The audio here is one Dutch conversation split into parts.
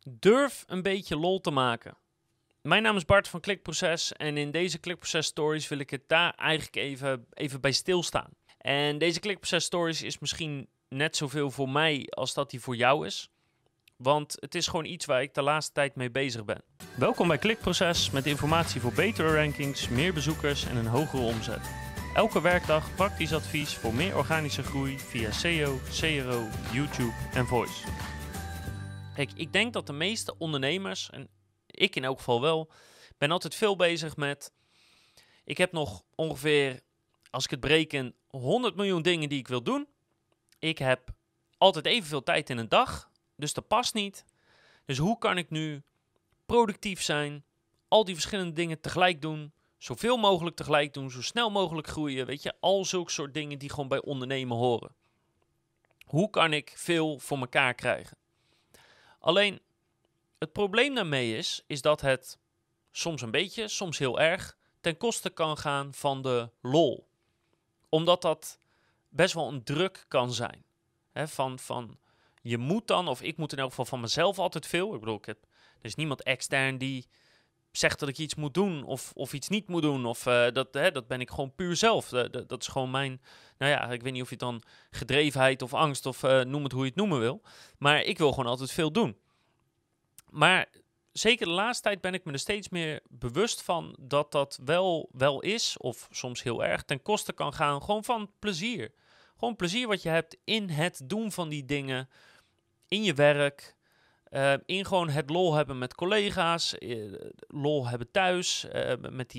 Durf een beetje lol te maken. Mijn naam is Bart van Klikproces en in deze Klikproces Stories wil ik het daar eigenlijk even bij stilstaan. En deze Klikproces Stories is misschien net zoveel voor mij als dat die voor jou is. Want het is gewoon iets waar ik de laatste tijd mee bezig ben. Welkom bij Klikproces met informatie voor betere rankings, meer bezoekers en een hogere omzet. Elke werkdag praktisch advies voor meer organische groei via SEO, CRO, YouTube en Voice. Kijk, ik denk dat de meeste ondernemers, en ik in elk geval wel, ben altijd veel bezig met... Ik heb nog ongeveer, als ik het bereken, 100 miljoen dingen die ik wil doen. Ik heb altijd evenveel tijd in een dag, dus dat past niet. Dus hoe kan ik nu productief zijn, al die verschillende dingen tegelijk doen, zoveel mogelijk tegelijk doen, zo snel mogelijk groeien, weet je, al zulke soort dingen die gewoon bij ondernemen horen. Hoe kan ik veel voor elkaar krijgen? Alleen, het probleem daarmee is dat het soms een beetje, soms heel erg, ten koste kan gaan van de lol. Omdat dat best wel een druk kan zijn. Van je moet dan, of ik moet in elk geval van mezelf altijd veel. Ik bedoel, er is niemand extern die zegt dat ik iets moet doen of iets niet moet doen. Of dat ben ik gewoon puur zelf. Dat is gewoon mijn, nou ja, ik weet niet of je het dan gedrevenheid of angst of noem het hoe je het noemen wil. Maar ik wil gewoon altijd veel doen. Maar zeker de laatste tijd ben ik me er steeds meer bewust van dat dat wel is, of soms heel erg, ten koste kan gaan gewoon van plezier. Gewoon plezier wat je hebt in het doen van die dingen, in je werk, in gewoon het lol hebben met collega's, lol hebben thuis, met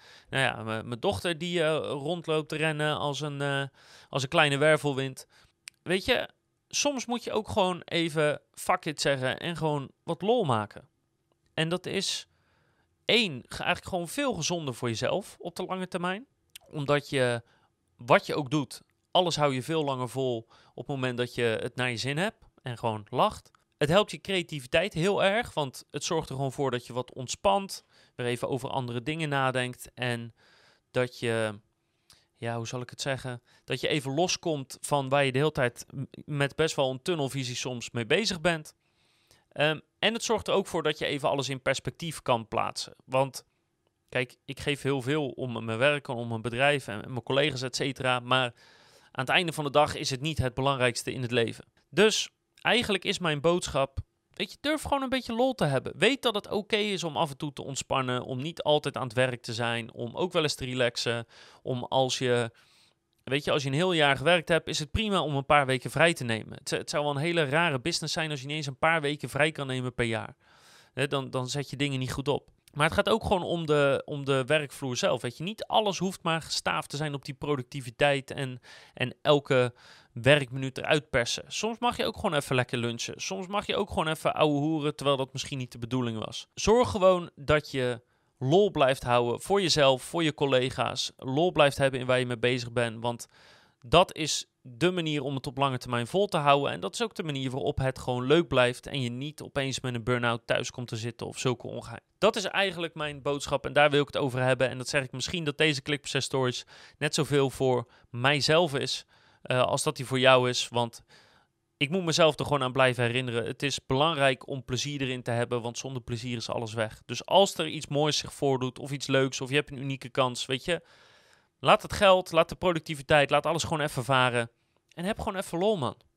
mijn dochter die rondloopt te rennen als een kleine wervelwind. Weet je, soms moet je ook gewoon even fuck it zeggen en gewoon wat lol maken. En dat is eigenlijk gewoon veel gezonder voor jezelf op de lange termijn. Omdat je, wat je ook doet, alles hou je veel langer vol op het moment dat je het naar je zin hebt en gewoon lacht. Het helpt je creativiteit heel erg, want het zorgt er gewoon voor dat je wat ontspant, weer even over andere dingen nadenkt en dat je, ja, hoe zal ik het zeggen, dat je even loskomt van waar je de hele tijd met best wel een tunnelvisie soms mee bezig bent. En het zorgt er ook voor dat je even alles in perspectief kan plaatsen. Want kijk, ik geef heel veel om mijn werk en om mijn bedrijf en mijn collega's, et cetera. Maar aan het einde van de dag is het niet het belangrijkste in het leven. Dus eigenlijk is mijn boodschap, weet je, durf gewoon een beetje lol te hebben. Weet dat het oké is om af en toe te ontspannen, om niet altijd aan het werk te zijn, om ook wel eens te relaxen. Om als je een heel jaar gewerkt hebt, is het prima om een paar weken vrij te nemen. Het zou wel een hele rare business zijn als je niet eens een paar weken vrij kan nemen per jaar. Dan zet je dingen niet goed op. Maar het gaat ook gewoon om de werkvloer zelf. Weet je, niet alles hoeft maar gestaafd te zijn op die productiviteit en elke werkminuut eruit persen. Soms mag je ook gewoon even lekker lunchen. Soms mag je ook gewoon even ouwe hoeren, terwijl dat misschien niet de bedoeling was. Zorg gewoon dat je lol blijft houden voor jezelf, voor je collega's. Lol blijft hebben in waar je mee bezig bent. Want dat is de manier om het op lange termijn vol te houden. En dat is ook de manier waarop het gewoon leuk blijft en je niet opeens met een burn-out thuis komt te zitten of zulke ongeheim. Dat is eigenlijk mijn boodschap en daar wil ik het over hebben. En dat zeg ik misschien dat deze Klikproces Stories net zoveel voor mijzelf is als dat die voor jou is. Want ik moet mezelf er gewoon aan blijven herinneren. Het is belangrijk om plezier erin te hebben, want zonder plezier is alles weg. Dus als er iets moois zich voordoet of iets leuks of je hebt een unieke kans, weet je, laat het geld, laat de productiviteit, laat alles gewoon even varen. En heb gewoon even lol, man.